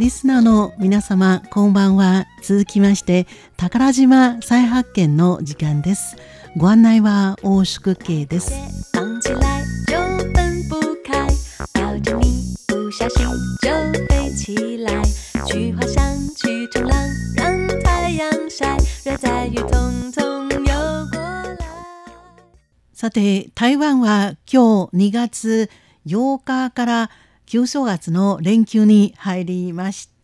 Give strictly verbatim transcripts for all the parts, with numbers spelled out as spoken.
リスナーの皆様こんばんは。続きまして宝島再発見の時間です。ご案内は大宿慶です。さて台湾は今日にがつようかから旧正月の連休に入りました。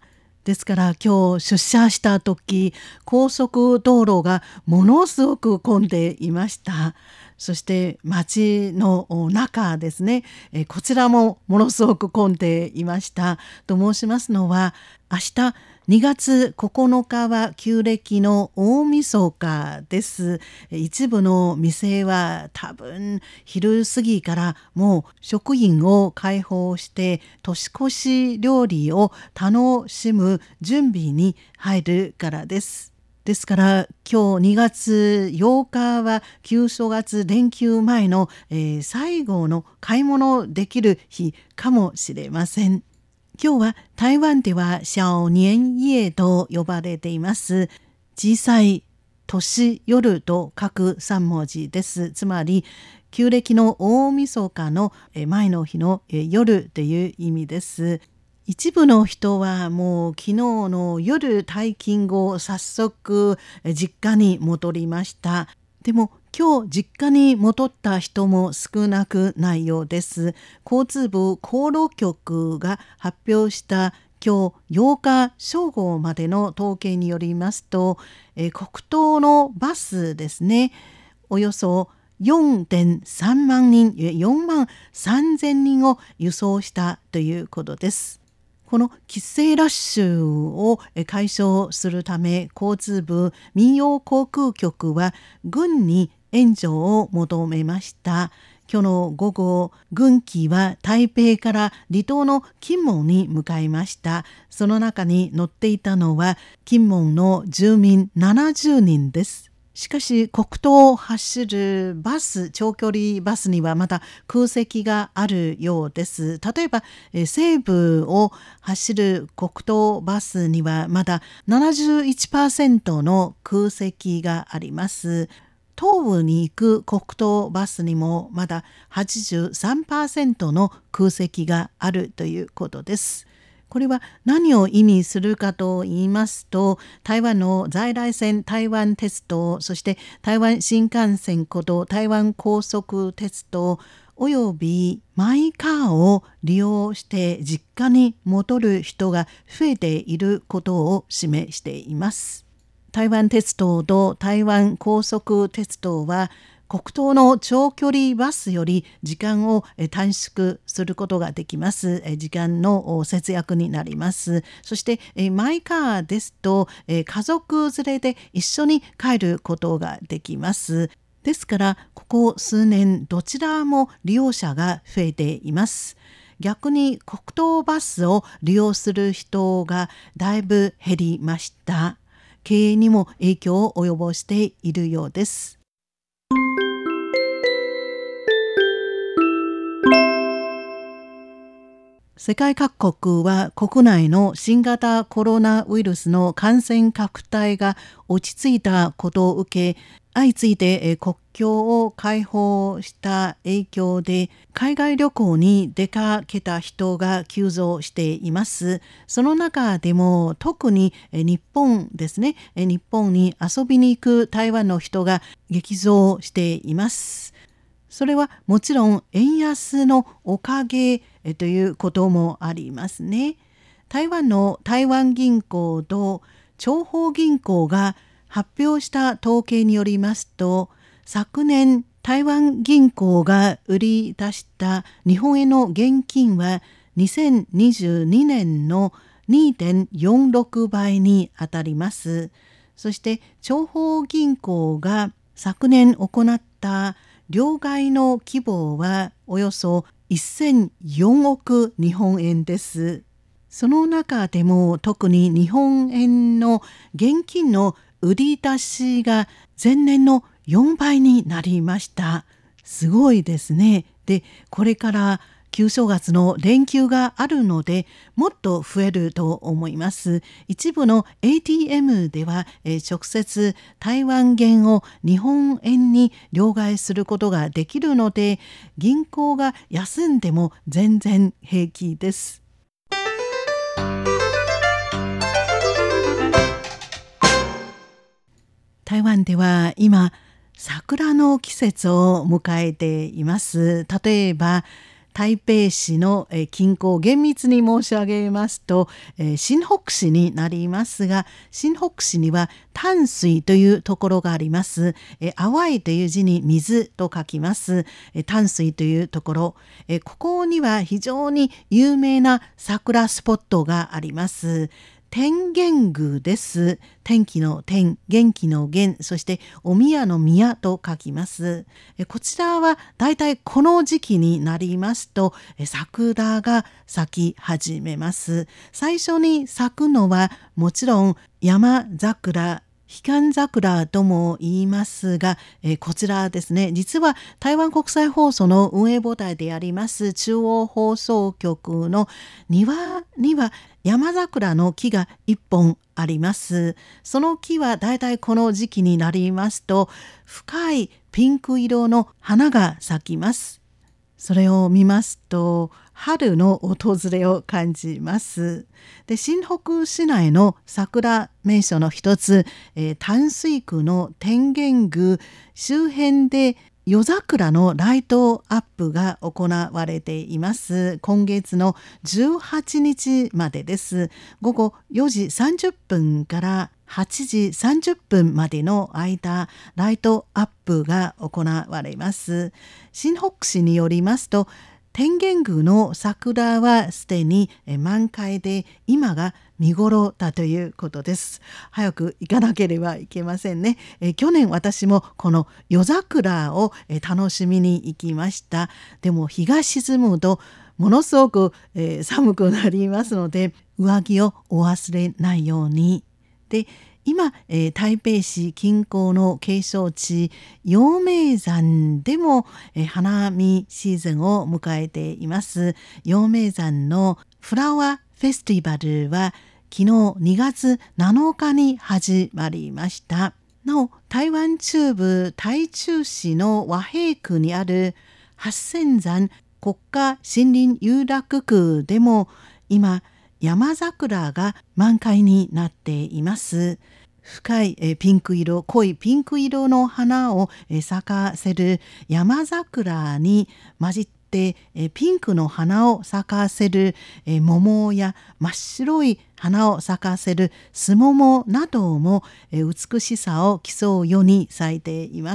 ですから今日出社した時、高速道路がものすごく混んでいました。そして街の中ですね、えこちらもものすごく混んでいました。と申しますのは、明日にがつここのかは旧暦の大晦日です。一部の店は多分昼過ぎからもう職員を開放して年越し料理を楽しむ準備に入るからです。ですから今日にがつようかは旧正月連休前の、えー、最後の買い物できる日かもしれません。今日は台湾では小年夜と呼ばれています小さい年夜と書くさん文字です。つまり旧暦の大晦日の前の日の夜という意味です。一部の人はもう昨日の夜退勤後早速実家に戻りました。でも今日実家に戻った人も少なくないようです。交通部航路局が発表した今日ようか正午までの統計によりますと、え国東のバスですね、およそ よんてんさんまんにん、よんまんさんぜんにんを輸送したということです。この帰省ラッシュを解消するため、交通部民謡航空局は軍に援助を求めました。今日の午後、軍機は台北から離島の金門に向かいました。その中に乗っていたのは金門の住民ななじゅうにんです。しかし国道を走るバス、長距離バスにはまだ空席があるようです。例えば西部を走る国道バスにはまだ ななじゅういちパーセント の空席があります。東部に行く国道バスにもまだ はちじゅうさんパーセント の空席があるということです。これは何を意味するかと言いますと、台湾の在来線台湾鉄道、そして台湾新幹線こと台湾高速鉄道およびマイカーを利用して実家に戻る人が増えていることを示しています。台湾鉄道と台湾高速鉄道は国東の長距離バスより時間を短縮することができます。時間の節約になります。そしてマイカーですと家族連れで一緒に帰ることができます。ですからここ数年どちらも利用者が増えています。逆に国東バスを利用する人がだいぶ減りました。経営にも影響を及ぼしているようです。世界各国は国内の新型コロナウイルスの感染拡大が落ち着いたことを受け、相次いで国境を開放した影響で海外旅行に出かけた人が急増しています。その中でも特に日本ですね、日本に遊びに行く台湾の人が激増しています。それはもちろん円安のおかげということもありますね。台湾の台湾銀行と長宝銀行が発表した統計によりますと、昨年台湾銀行が売り出した日本円の現金はにせんにじゅうにねんの にてんよんろく 倍にあたります。そして長宝銀行が昨年行った両替の規模はおよそせんよんおく日本円です。その中でも特に日本円の現金の売り出しが前年のよんばいになりました。すごいですね。で、これから旧正月の連休があるのでもっと増えると思います。一部の エーティーエム では、えー、直接台湾元を日本円に両替することができるので、銀行が休んでも全然平気です。台湾では今桜の季節を迎えています。例えば台北市の近郊、厳密に申し上げますと新北市になりますが、新北市には淡水というところがあります。淡いという字に水と書きます淡水というところ、ここには非常に有名な桜スポットがあります。天元宮です。天気の天、元気の元、そしてお宮の宮と書きます。こちらはだいたいこの時期になりますと桜が咲き始めます。最初に咲くのはもちろん山桜、ひかん桜とも言いますが、えー、こちらですね、実は台湾国際放送の運営母体であります中央放送局の庭には山桜の木が一本あります。その木はだいたいこの時期になりますと深いピンク色の花が咲きます。それを見ますと春の訪れを感じます。で、新北市内の桜名所の一つ、えー、淡水区の天元宮周辺で夜桜のライトアップが行われています。今月のじゅうはちにちまでです。午後よじさんじゅっぷんからはちじさんじゅっぷんまでの間、ライトアップが行われます。新北市によりますと、天元宮の桜はすでに満開で今が見頃だということです。早く行かなければいけませんね。え去年私もこの夜桜を楽しみに行きました。でも日が沈むとものすごく、えー、寒くなりますので上着をお忘れないように。で今、えー、台北市近郊の景勝地陽明山でも、えー、花見シーズンを迎えています。陽明山のフラワーフェスティバルは昨日にがつなのかに始まりました。なお、台湾中部台中市の和平区にある八仙山国家森林遊楽区でも今山桜が満開になっています。深いピンク色、濃いピンク色の花を咲かせる山桜に混じってピンクの花を咲かせる桃や真っ白い花を咲かせるスモモなども美しさを競うように咲いています。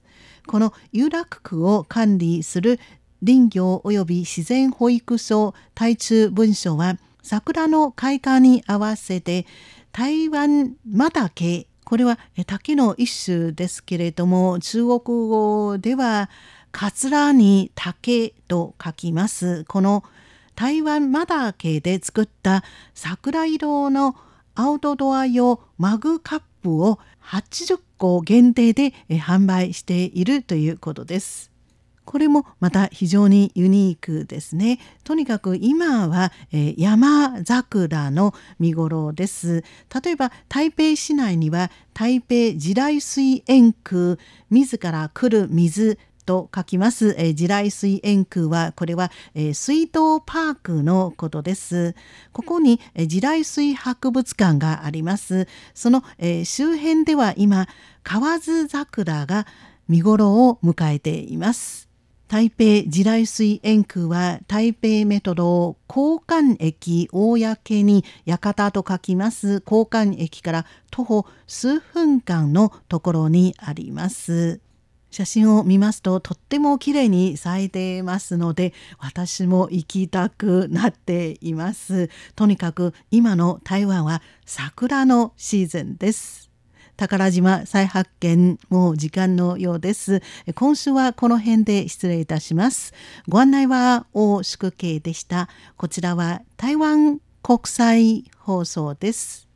この遊楽区を管理する林業及び自然保育所台中分所は桜の開花に合わせて台湾マダケ、これは竹の一種ですけれども中国語ではカツラに竹と書きます。この台湾マダケで作った桜色のアウトドア用マグカップをはちじゅっこ限定で販売しているということです。これもまた非常にユニークですね。とにかく今は、えー、山桜の見頃です。例えば台北市内には台北地雷水園区、自ら来る水と書きます、えー、地雷水園区はこれは、えー、水道パークのことです。ここに、えー、地雷水博物館があります。その、えー、周辺では今河津桜が見頃を迎えています。台北地雷水園区は台北メトロ交換駅、公に館と書きます交換駅から徒歩数分間のところにあります。写真を見ますととっても綺麗に咲いていますので私も行きたくなっています。とにかく今の台湾は桜のシーズンです。宝島再発見、もう時間のようです。今週はこの辺で失礼いたします。ご案内は王淑慶でした。こちらは台湾国際放送です。